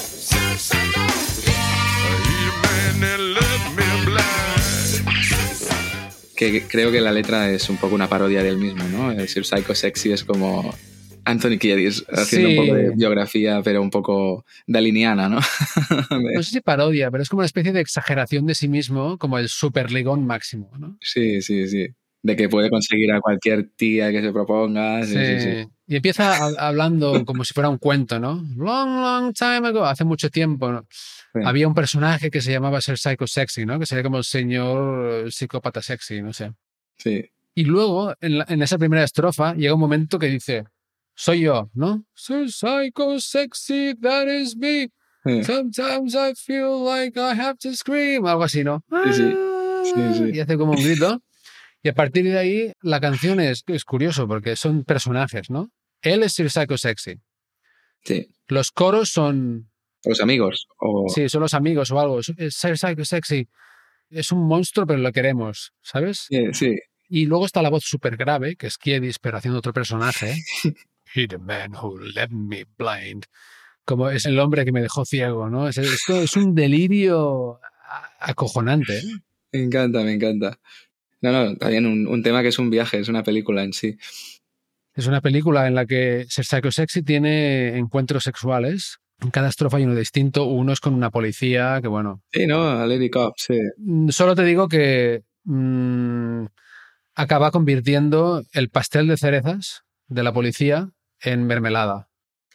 [SPEAKER 4] the man that left me blind.
[SPEAKER 3] Que creo que la letra es un poco una parodia del mismo, ¿no? El Sir Psycho Sexy es como Anthony Kiedis haciendo
[SPEAKER 2] Sí.
[SPEAKER 3] un poco de biografía, pero un poco daliniana, ¿no?
[SPEAKER 2] No sé si parodia, pero es como una especie de exageración de sí mismo, como el superligón máximo, ¿no?
[SPEAKER 3] Sí, sí, sí. De que puede conseguir a cualquier tía que se proponga. Sí, sí, sí.
[SPEAKER 2] Y empieza a- hablando como si fuera un cuento, ¿no? Long, long time ago, hace mucho tiempo, ¿no?
[SPEAKER 3] Sí.
[SPEAKER 2] Había un personaje que se llamaba Sir Psycho Sexy, ¿no? Que sería como el señor eh, psicópata sexy, no sé.
[SPEAKER 3] Sí.
[SPEAKER 2] Y luego, en, la- en esa primera estrofa, llega un momento que dice, soy yo, ¿no? Sir Psycho Sexy, that is me.
[SPEAKER 3] Sí.
[SPEAKER 2] Sometimes I feel like I have to scream. Algo así, ¿no?
[SPEAKER 3] Sí, sí. Sí, sí.
[SPEAKER 2] Y hace como un grito. Y a partir de ahí, la canción es, es curioso porque son personajes, ¿no? Él es Sir Psycho Sexy.
[SPEAKER 3] Sí.
[SPEAKER 2] Los coros son,
[SPEAKER 3] Los amigos. O...
[SPEAKER 2] sí, son los amigos o algo. Es Sir Psycho Sexy es un monstruo, pero lo queremos, ¿sabes?
[SPEAKER 3] Sí, sí.
[SPEAKER 2] Y luego está la voz súper grave, que es Kiedis, pero haciendo otro personaje. He the man who left me blind. Como es el hombre que me dejó ciego, ¿no? Es, esto es un delirio a- acojonante, ¿eh?
[SPEAKER 3] Me encanta, me encanta. No, no, también un, un tema que es un viaje, es una película en sí.
[SPEAKER 2] Es una película en la que Sir Psycho Sexy tiene encuentros sexuales. En cada estrofa hay uno distinto. Uno es con una policía, que bueno.
[SPEAKER 3] Sí, ¿no? A Lady Cop, sí.
[SPEAKER 2] Mm, Solo te digo que mm, acaba convirtiendo el pastel de cerezas de la policía en mermelada.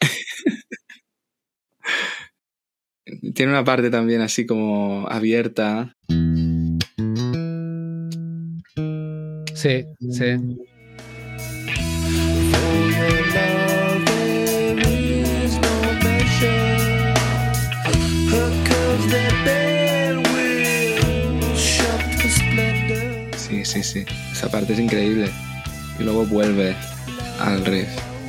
[SPEAKER 3] Tiene una parte también así como abierta.
[SPEAKER 2] Sí, sí.
[SPEAKER 4] For your love there is no measure. Her curves that bear will shock the splendor.
[SPEAKER 3] Sí, sí, sí. Esa parte es increíble. Y luego vuelve al riff.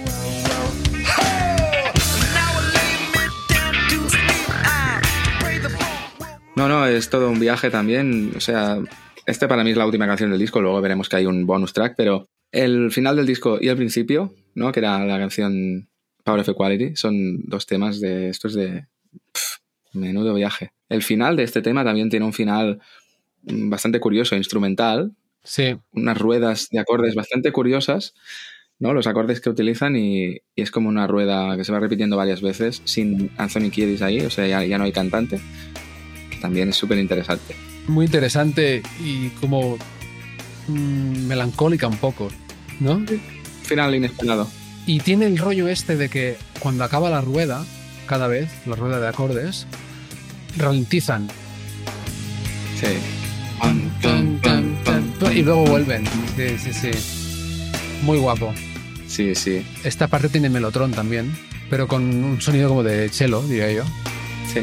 [SPEAKER 3] No, no, es todo un viaje también. O sea, este para mí es la última canción del disco. Luego veremos que hay un bonus track, pero el final del disco y el principio, ¿no? Que era la canción Power of Equality, son dos temas de estos de pff, menudo viaje. El final de este tema también tiene un final mm, bastante curioso, instrumental,
[SPEAKER 2] Sí,
[SPEAKER 3] unas ruedas de acordes bastante curiosas, ¿no? Los acordes que utilizan y, y es como una rueda que se va repitiendo varias veces sin Anthony Kiedis ahí, o sea, ya, ya no hay cantante. También es súper interesante.
[SPEAKER 2] muy interesante y como mm, melancólica un poco, ¿no?
[SPEAKER 3] Final inesperado.
[SPEAKER 2] Y tiene el rollo este de que cuando acaba la rueda, cada vez, la rueda de acordes, ralentizan
[SPEAKER 3] Sí. Pam, pam, pam, pam, pam.
[SPEAKER 2] y luego vuelven. Sí, sí, sí. Muy guapo.
[SPEAKER 3] Sí, sí,
[SPEAKER 2] Esta parte tiene melotron también, pero con un sonido como de cello, diría yo.
[SPEAKER 3] sí.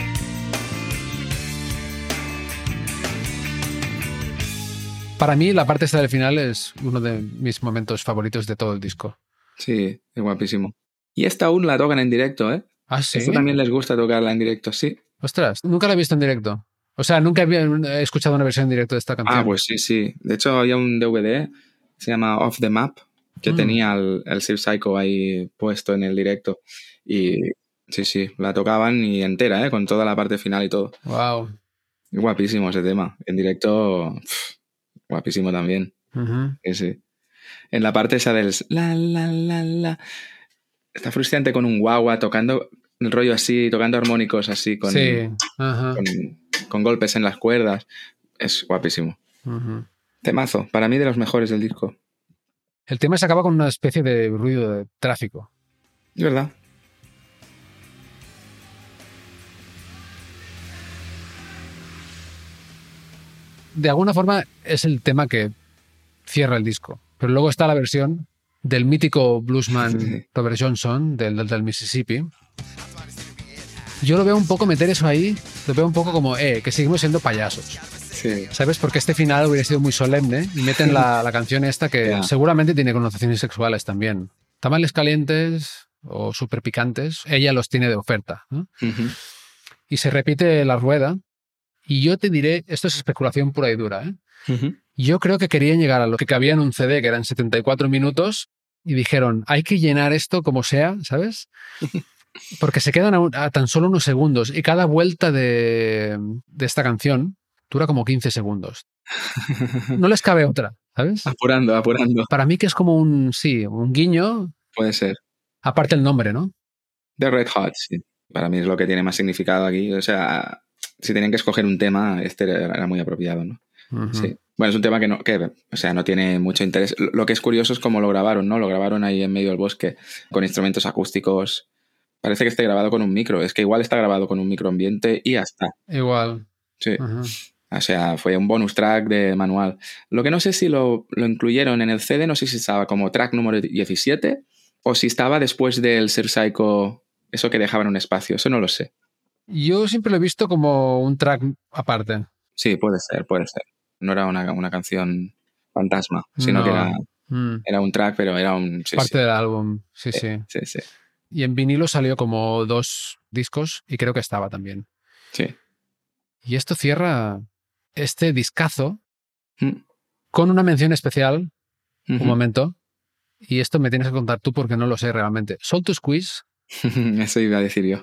[SPEAKER 2] Para mí, la parte esta del final es uno de mis momentos favoritos de todo el disco.
[SPEAKER 3] Sí, es guapísimo. Y esta aún la tocan en directo, ¿eh?
[SPEAKER 2] ¿Ah, sí?
[SPEAKER 3] Esto también les gusta tocarla en directo, sí.
[SPEAKER 2] Ostras, nunca la he visto en directo. O sea, nunca había- he escuchado una versión en directo de esta canción.
[SPEAKER 3] Ah, pues sí, sí. De hecho, había un D V D, se llama Off the Map, que
[SPEAKER 2] Mm.
[SPEAKER 3] tenía el, el Sir Psycho ahí puesto en el directo. Y sí, sí, la tocaban y entera, ¿eh? Con toda la parte final y todo.
[SPEAKER 2] Wow.
[SPEAKER 3] Y guapísimo ese tema. En directo, pff, guapísimo también.
[SPEAKER 2] Ujú.
[SPEAKER 3] Sí, sí. En la parte esa del la, la, la, la. Está frustrante con un guagua tocando el rollo así, tocando armónicos así, con,
[SPEAKER 2] Sí. Ajá.
[SPEAKER 3] con, con golpes en las cuerdas. Es guapísimo.
[SPEAKER 2] Ujú.
[SPEAKER 3] Temazo, para mí de los mejores del disco.
[SPEAKER 2] El tema se acaba con una especie de ruido de tráfico.
[SPEAKER 3] Es verdad.
[SPEAKER 2] De alguna forma es el tema que cierra el disco. Pero luego está la versión del mítico bluesman Robert Johnson, del Delta del Mississippi. Yo lo veo un poco meter eso ahí, lo veo un poco como, eh, que seguimos siendo payasos.
[SPEAKER 3] Sí.
[SPEAKER 2] ¿Sabes? Porque este final hubiera sido muy solemne y meten la, la canción esta que
[SPEAKER 3] Ya.
[SPEAKER 2] seguramente tiene connotaciones sexuales también. Tamales calientes o súper picantes, ella los tiene de oferta, ¿no?
[SPEAKER 3] Ujú.
[SPEAKER 2] Y se repite la rueda. Y yo te diré, esto es especulación pura y dura, ¿eh?
[SPEAKER 3] Ujú.
[SPEAKER 2] Yo creo que querían llegar a lo que cabía en un C D, que eran setenta y cuatro minutos, y dijeron, hay que llenar esto como sea, ¿sabes? Porque se quedan a, un- a tan solo unos segundos y cada vuelta de, de esta canción dura como quince segundos. No les cabe otra, ¿sabes?
[SPEAKER 3] Apurando, apurando.
[SPEAKER 2] Para mí que es como un, sí, un guiño,
[SPEAKER 3] Puede ser.
[SPEAKER 2] aparte el nombre, ¿no?
[SPEAKER 3] The Red Hot, sí. Para mí es lo que tiene más significado aquí. O sea, si tenían que escoger un tema, este era era muy apropiado, ¿no?
[SPEAKER 2] Ujú.
[SPEAKER 3] Sí. Bueno, es un tema que no, que, o sea, no tiene mucho interés. Lo lo que es curioso es cómo lo grabaron, ¿no? Lo grabaron ahí en medio del bosque, con instrumentos acústicos. Parece que esté grabado con un micro. Es que igual está grabado con un microambiente y ya está.
[SPEAKER 2] Igual.
[SPEAKER 3] Sí.
[SPEAKER 2] Ajá.
[SPEAKER 3] O sea, fue un bonus track de manual. Lo que no sé si lo, lo incluyeron en el C D, no sé si estaba como track número diecisiete o si estaba después del Sir Psycho, eso que dejaban un espacio. Eso no lo sé.
[SPEAKER 2] Yo siempre lo he visto como un track aparte.
[SPEAKER 3] Sí, puede ser, puede ser. No era una, una canción fantasma, sino
[SPEAKER 2] No.
[SPEAKER 3] que era,
[SPEAKER 2] Mm.
[SPEAKER 3] era un track, pero era un... Sí,
[SPEAKER 2] Parte
[SPEAKER 3] sí,
[SPEAKER 2] del álbum, sí, sí.
[SPEAKER 3] sí, sí,
[SPEAKER 2] Y en vinilo salió como dos discos y creo que estaba también.
[SPEAKER 3] sí.
[SPEAKER 2] Y esto cierra este discazo
[SPEAKER 3] Mm,
[SPEAKER 2] con una mención especial,
[SPEAKER 3] ujú.
[SPEAKER 2] un momento, y esto me tienes que contar tú porque no lo sé realmente. Soul to Squeeze,
[SPEAKER 3] Eso iba a decir yo.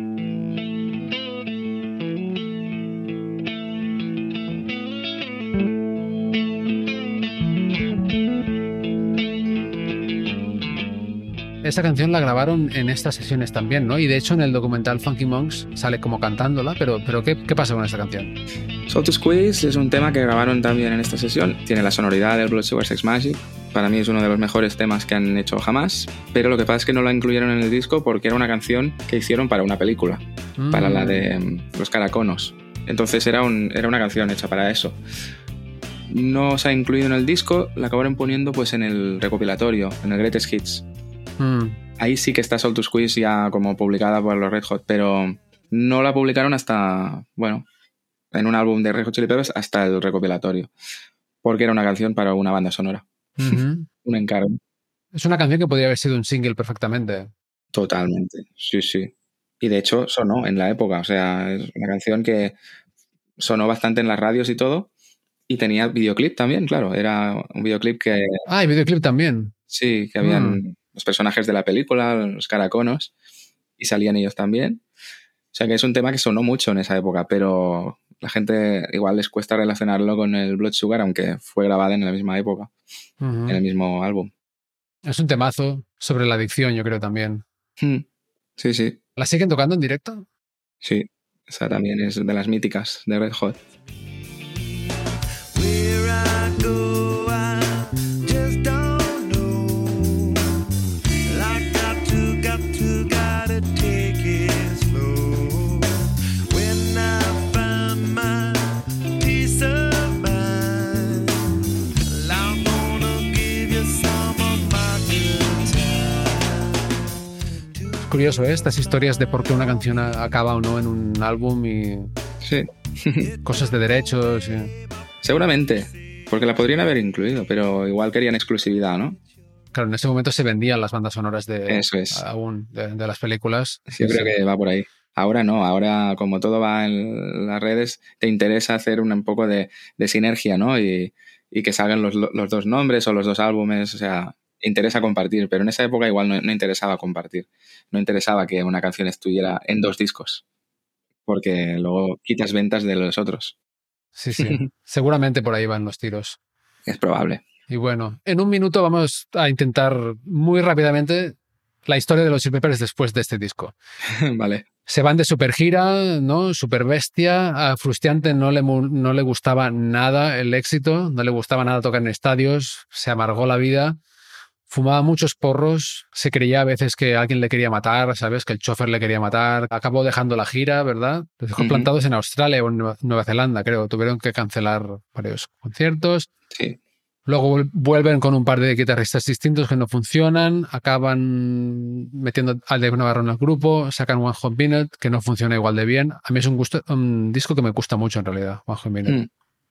[SPEAKER 2] esta canción la grabaron en estas sesiones también, ¿no? Y de hecho en el documental Funky Monks sale como cantándola, pero, pero ¿qué, qué pasa con esta canción?
[SPEAKER 3] Soul to Squeeze es un tema que grabaron también en esta sesión. Tiene la sonoridad del Blood Sugar Sex Magic. Para mí es uno de los mejores temas que han hecho jamás. Pero lo que pasa es que no la incluyeron en el disco porque era una canción que hicieron para una película,
[SPEAKER 2] Mm.
[SPEAKER 3] para la de mm, Los Caraconos. Entonces era, un, era una canción hecha para eso. No se ha incluido en el disco, la acabaron poniendo pues en el recopilatorio, en el Greatest Hits.
[SPEAKER 2] Mm.
[SPEAKER 3] Ahí sí que está Soul to Squeeze ya como publicada por los Red Hot, pero no la publicaron hasta, bueno, en un álbum de Red Hot Chili Peppers hasta el recopilatorio, porque era una canción para una banda sonora,
[SPEAKER 2] Ujú.
[SPEAKER 3] un encargo.
[SPEAKER 2] Es una canción que podría haber sido un single perfectamente.
[SPEAKER 3] Totalmente, sí, sí. Y de hecho sonó en la época, o sea, es una canción que sonó bastante en las radios y todo, y tenía videoclip también, claro, era un videoclip que
[SPEAKER 2] Ah, y videoclip también.
[SPEAKER 3] sí, que habían
[SPEAKER 2] Mm.
[SPEAKER 3] los personajes de la película, los caraconos, y salían ellos también. O sea que es un tema que sonó mucho en esa época, pero la gente igual les cuesta relacionarlo con el Blood Sugar, aunque fue grabada en la misma época,
[SPEAKER 2] Ujú.
[SPEAKER 3] en el mismo álbum.
[SPEAKER 2] Es un temazo sobre la adicción, yo creo también.
[SPEAKER 3] Hmm. Sí, sí,
[SPEAKER 2] ¿La siguen tocando en directo?
[SPEAKER 3] sí. Esa también es de las míticas de Red Hot.
[SPEAKER 4] Where I go, I just don't know. Like got to, got to, gotta take it slow. When I find my peace of mind, I'm gonna give you some of my good time.
[SPEAKER 2] Es curioso, ¿eh? Estas historias de por qué una canción a- acaba o no en un álbum y
[SPEAKER 3] Sí,
[SPEAKER 2] cosas de derechos. y-
[SPEAKER 3] seguramente, porque la podrían haber incluido, pero igual querían exclusividad, ¿no?
[SPEAKER 2] Claro, en ese momento se vendían las bandas sonoras de,
[SPEAKER 3] Eso es.
[SPEAKER 2] aún de, de las películas.
[SPEAKER 3] Yo creo que va por ahí. Ahora no, ahora como todo va en las redes, te interesa hacer un, un poco de, de sinergia, ¿no? Y, y que salgan los, los dos nombres o los dos álbumes, o sea, interesa compartir, pero en esa época igual no, no interesaba compartir, no interesaba que una canción estuviera en dos discos, porque luego quitas ventas de los otros.
[SPEAKER 2] Sí, sí. Seguramente por ahí van los tiros.
[SPEAKER 3] Es probable.
[SPEAKER 2] Y bueno, en un minuto vamos a intentar muy rápidamente la historia de los Chili Peppers después de este disco.
[SPEAKER 3] Vale.
[SPEAKER 2] Se van de super gira, ¿no? Super bestia. A Frustiante no le, mu- no le gustaba nada el éxito, no le gustaba nada tocar en estadios, se amargó la vida. Fumaba muchos porros, se creía a veces que alguien le quería matar, ¿sabes? Que el chofer le quería matar. Acabó dejando la gira, ¿verdad? Los dejó
[SPEAKER 3] Ujú.
[SPEAKER 2] plantados en Australia o en Nueva- Nueva Zelanda, creo. Tuvieron que cancelar varios conciertos.
[SPEAKER 3] Sí.
[SPEAKER 2] Luego vuel- vuelven con un par de guitarristas distintos que no funcionan, acaban metiendo a Dave Navarro en el grupo, sacan One Hot Minute, que no funciona igual de bien. A mí es un, gusto, un disco que me gusta mucho en realidad, One Hot Minute.
[SPEAKER 3] Mm.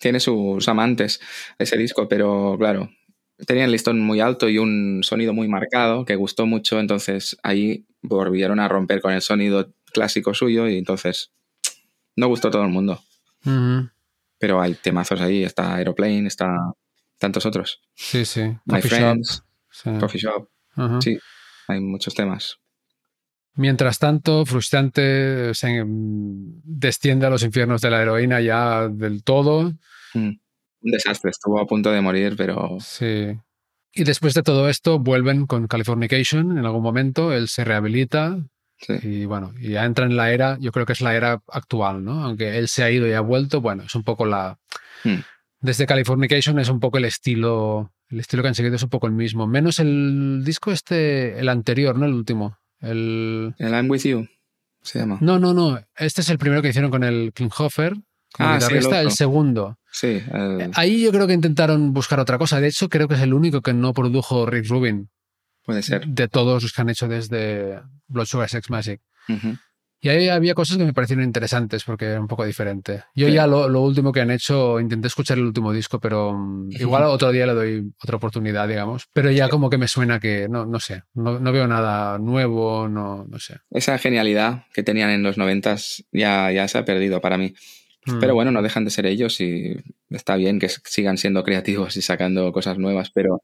[SPEAKER 3] tiene sus amantes ese disco, pero claro, tenía el listón muy alto y un sonido muy marcado que gustó mucho, entonces ahí volvieron a romper con el sonido clásico suyo y entonces no gustó a todo el mundo.
[SPEAKER 2] Ujú.
[SPEAKER 3] Pero hay temazos ahí, está Aeroplane, está tantos otros.
[SPEAKER 2] Sí, sí.
[SPEAKER 3] My
[SPEAKER 2] Coffee
[SPEAKER 3] Friends,
[SPEAKER 2] Shop. Sí.
[SPEAKER 3] Coffee Shop,
[SPEAKER 2] Ajá.
[SPEAKER 3] sí, hay muchos temas.
[SPEAKER 2] Mientras tanto, Frustrante se mm, desciende a los infiernos de la heroína ya del todo.
[SPEAKER 3] Mm. Un desastre, estuvo a punto de morir, pero
[SPEAKER 2] Sí. Y después de todo esto, vuelven con Californication en algún momento. Él se rehabilita
[SPEAKER 3] sí,
[SPEAKER 2] y bueno, y ya entra en la era, yo creo que es la era actual, ¿no? Aunque él se ha ido y ha vuelto, bueno, es un poco la...
[SPEAKER 3] Mm.
[SPEAKER 2] Desde Californication es un poco el estilo, el estilo que han seguido es un poco el mismo. Menos el disco este, el anterior, ¿no? El último. El...
[SPEAKER 3] el I'm With You se llama.
[SPEAKER 2] No, no, no. Este es el primero que hicieron con el Klinghoffer, como
[SPEAKER 3] Ah, sí, el
[SPEAKER 2] guitarrista.
[SPEAKER 3] otro.
[SPEAKER 2] El segundo.
[SPEAKER 3] Sí, el-
[SPEAKER 2] Ahí yo creo que intentaron buscar otra cosa. De hecho, creo que es el único que no produjo Rick Rubin
[SPEAKER 3] puede ser.
[SPEAKER 2] de todos los que han hecho desde Blood Sugar Sex Magic.
[SPEAKER 3] Ujú.
[SPEAKER 2] Y ahí había cosas que me parecieron interesantes porque era un poco diferente. Yo
[SPEAKER 3] Sí.
[SPEAKER 2] ya lo, lo último que han hecho, intenté escuchar el último disco, pero mm, igual otro día le doy otra oportunidad, digamos. Pero ya como que me suena que, no, no sé, no, no veo nada nuevo, no, no sé.
[SPEAKER 3] Esa genialidad que tenían en los noventas ya, ya se ha perdido para mí.
[SPEAKER 2] Mm.
[SPEAKER 3] Pero bueno, no dejan de ser ellos y está bien que sigan siendo creativos y sacando cosas nuevas, pero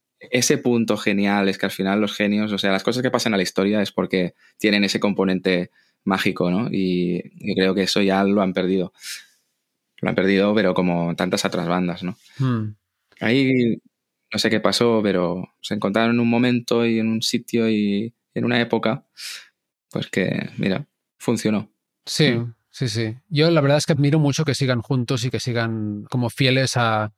[SPEAKER 3] ese punto genial es que al final los genios, o sea, las cosas que pasan a la historia es porque tienen ese componente mágico, ¿no? Y, y creo que eso ya lo han perdido. Lo han perdido, pero como tantas otras bandas, ¿no?
[SPEAKER 2] Mm.
[SPEAKER 3] Ahí no sé qué pasó, pero se encontraron en un momento y en un sitio y en una época, pues que, mira, funcionó.
[SPEAKER 2] Sí,
[SPEAKER 3] Mm.
[SPEAKER 2] sí, sí. Yo la verdad es que admiro mucho que sigan juntos y que sigan como fieles a,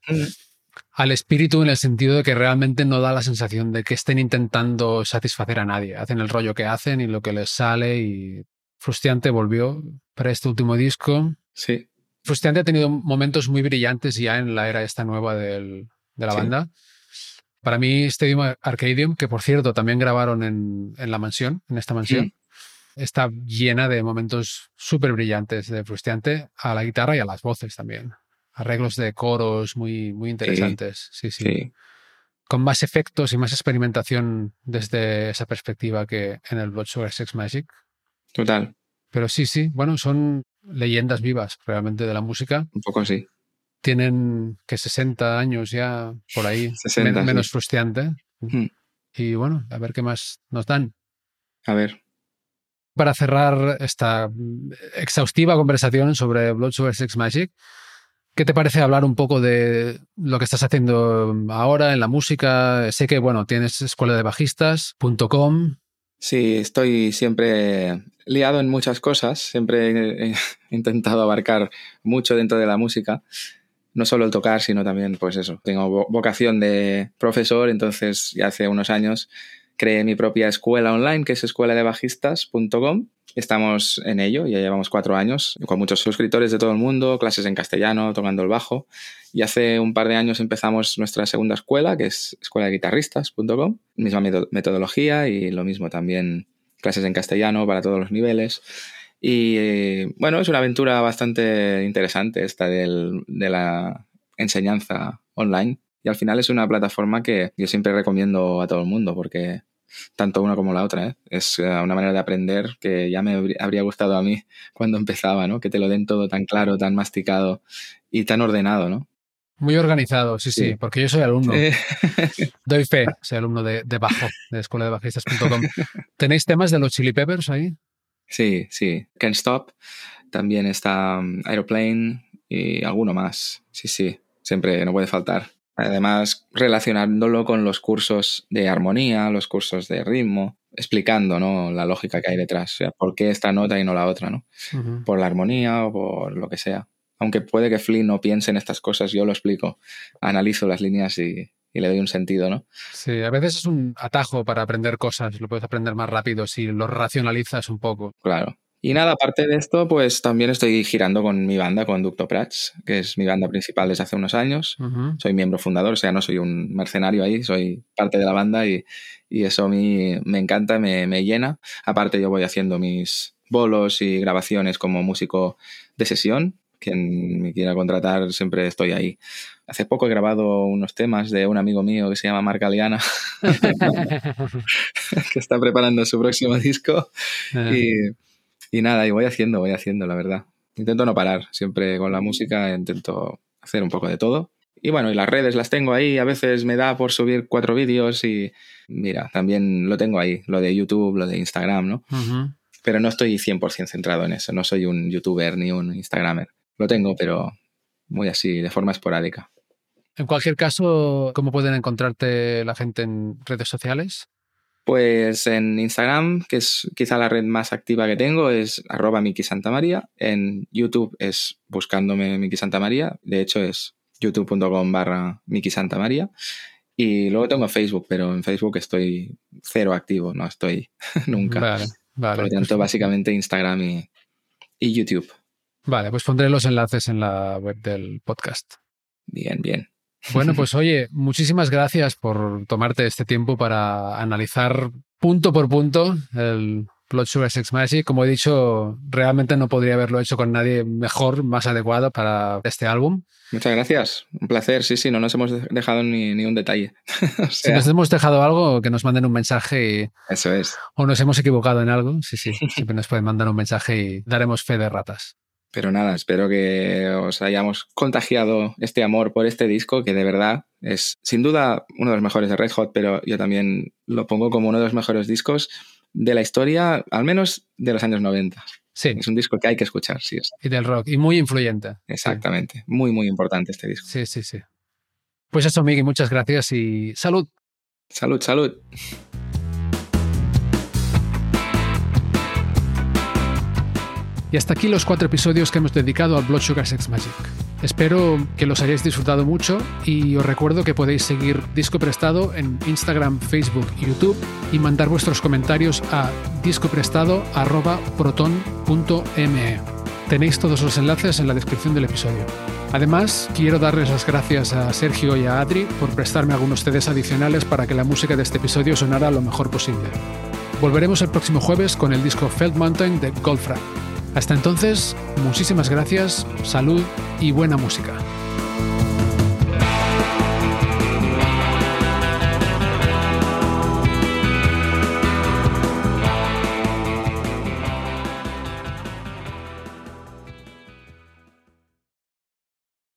[SPEAKER 2] al espíritu, en el sentido de que realmente no da la sensación de que estén intentando satisfacer a nadie. Hacen el rollo que hacen y lo que les sale, y Frustrante volvió para este último disco.
[SPEAKER 3] Sí,
[SPEAKER 2] Frustrante ha tenido momentos muy brillantes ya en la era esta nueva del- de la
[SPEAKER 3] Sí.
[SPEAKER 2] banda. Para mí, Stadium Arcadium, que por cierto también grabaron en, en la mansión, en esta mansión,
[SPEAKER 3] Mm.
[SPEAKER 2] está llena de momentos súper brillantes de Frustrante a la guitarra y a las voces también. Arreglos de coros muy, muy interesantes. Sí, sí.
[SPEAKER 3] sí,
[SPEAKER 2] Con más efectos y más experimentación desde esa perspectiva que en el Blood Sugar Sex Magic.
[SPEAKER 3] total,
[SPEAKER 2] Pero sí, sí, bueno, son leyendas vivas realmente de la música.
[SPEAKER 3] un poco sí.
[SPEAKER 2] Tienen que sesenta años ya por ahí,
[SPEAKER 3] sesenta,
[SPEAKER 2] men-
[SPEAKER 3] sí.
[SPEAKER 2] menos Frustrante.
[SPEAKER 3] Mm.
[SPEAKER 2] Y bueno, a ver qué más nos dan.
[SPEAKER 3] A ver,
[SPEAKER 2] Para cerrar esta mm, exhaustiva conversación sobre Blood Sugar Sex Magic, ¿qué te parece hablar un poco de lo que estás haciendo ahora en la música? Sé que, bueno, tienes escuela de bajistas punto com.
[SPEAKER 3] sí, estoy siempre liado en muchas cosas, siempre he, he intentado abarcar mucho dentro de la música, no solo el tocar, sino también, pues eso, tengo vo- vocación de profesor, entonces ya hace unos años creé mi propia escuela online, que es escuela de bajistas punto com. Estamos en ello, ya llevamos cuatro años, con muchos suscriptores de todo el mundo, clases en castellano, tocando el bajo. Y hace un par de años empezamos nuestra segunda escuela, que es escuela de guitarristas punto com. Misma meto- metodología y lo mismo también, clases en castellano para todos los niveles. Y eh, bueno, es una aventura bastante interesante esta del, de la enseñanza online. Y al final es una plataforma que yo siempre recomiendo a todo el mundo porque tanto una como la otra, ¿eh? Es eh, una manera de aprender que ya me habrí- habría gustado a mí cuando empezaba, ¿no? Que te lo den todo tan claro, tan masticado y tan ordenado, ¿no?
[SPEAKER 2] Muy organizado, sí, sí,
[SPEAKER 3] Sí.
[SPEAKER 2] porque yo soy alumno.
[SPEAKER 3] Eh,
[SPEAKER 2] Doy fe, soy alumno de, de bajo, de escuela de bajistas punto com. ¿Tenéis temas de los Chili Peppers ahí?
[SPEAKER 3] sí, sí. Can't Stop. También está um, Aeroplane y alguno más. Sí, sí. Siempre no puede faltar. Además, relacionándolo con los cursos de armonía, los cursos de ritmo, explicando, ¿no? La lógica que hay detrás. O sea, por qué esta nota y no la otra, ¿no?
[SPEAKER 2] Ujú.
[SPEAKER 3] Por la armonía o por lo que sea. Aunque puede que Flynn no piense en estas cosas, yo lo explico. Analizo las líneas y, y le doy un sentido, ¿no?
[SPEAKER 2] Sí, a veces es un atajo para aprender cosas, lo puedes aprender más rápido si lo racionalizas un poco.
[SPEAKER 3] Claro. Y nada, aparte de esto, pues también estoy girando con mi banda, con Ducto Prats, que es mi banda principal desde hace unos años.
[SPEAKER 2] Ujú.
[SPEAKER 3] Soy miembro fundador, o sea, no soy un mercenario ahí, soy parte de la banda y, y eso a mí me encanta, me, me llena. Aparte yo voy haciendo mis bolos y grabaciones como músico de sesión quien me quiera contratar, siempre estoy ahí. Hace poco he grabado unos temas de un amigo mío que se llama Marc Aliana, que está preparando su próximo disco. Y, y nada, y voy haciendo, voy haciendo, la verdad. Intento no parar, siempre con la música intento hacer un poco de todo. Y bueno, y las redes las tengo ahí, a veces me da por subir cuatro vídeos y mira, también lo tengo ahí, lo de YouTube, lo de Instagram, ¿no?
[SPEAKER 2] Uh-huh.
[SPEAKER 3] Pero no estoy cien por ciento centrado en eso, no soy un youtuber ni un instagramer. Lo tengo, pero muy así, de forma esporádica.
[SPEAKER 2] En cualquier caso, ¿cómo pueden encontrarte la gente en redes sociales?
[SPEAKER 3] Pues en Instagram, que es quizá la red más activa que tengo, es arroba Miki Santamaría. En YouTube es buscándome Miki Santamaría. De hecho, es youtube.com barra Miki Santamaría. Y luego tengo Facebook, pero en Facebook estoy cero activo, no estoy nunca.
[SPEAKER 2] Vale, vale.
[SPEAKER 3] Por lo tanto, básicamente Instagram y, y YouTube.
[SPEAKER 2] Vale, pues pondré los enlaces en la web del podcast.
[SPEAKER 3] Bien, bien.
[SPEAKER 2] Bueno, pues oye, muchísimas gracias por tomarte este tiempo para analizar punto por punto el Blood Sugar Sex Magik. Como he dicho, realmente no podría haberlo hecho con nadie mejor, más adecuado para este álbum.
[SPEAKER 3] Muchas gracias. Un placer. Sí, sí, no nos hemos dejado ni, ni un detalle. O sea,
[SPEAKER 2] si nos hemos dejado algo, que nos manden un mensaje y...
[SPEAKER 3] Eso es.
[SPEAKER 2] O nos hemos equivocado en algo. Sí, sí. Siempre nos pueden mandar un mensaje y daremos fe de ratas.
[SPEAKER 3] Pero nada, espero que os hayamos contagiado este amor por este disco, que de verdad es sin duda uno de los mejores de Red Hot, pero yo también lo pongo como uno de los mejores discos de la historia, al menos de los años noventa.
[SPEAKER 2] Sí.
[SPEAKER 3] Es un disco que hay que escuchar, sí. Es.
[SPEAKER 2] Y del rock, y muy influyente.
[SPEAKER 3] Exactamente, sí. Muy, muy importante este disco.
[SPEAKER 2] Sí, sí, sí. Pues eso, Miki, muchas gracias y salud.
[SPEAKER 3] Salud, salud.
[SPEAKER 2] Y hasta aquí los cuatro episodios que hemos dedicado al Blood Sugar Sex Magik. Espero que los hayáis disfrutado mucho y os recuerdo que podéis seguir Disco Prestado en Instagram, Facebook y YouTube y mandar vuestros comentarios a discoprestado arroba proton punto me. Tenéis todos los enlaces en la descripción del episodio. Además, quiero darles las gracias a Sergio y a Adri por prestarme algunos C Ds adicionales para que la música de este episodio sonara lo mejor posible. Volveremos el próximo jueves con el disco Felt Mountain de Goldfrapp. Hasta entonces, muchísimas gracias, salud y buena música.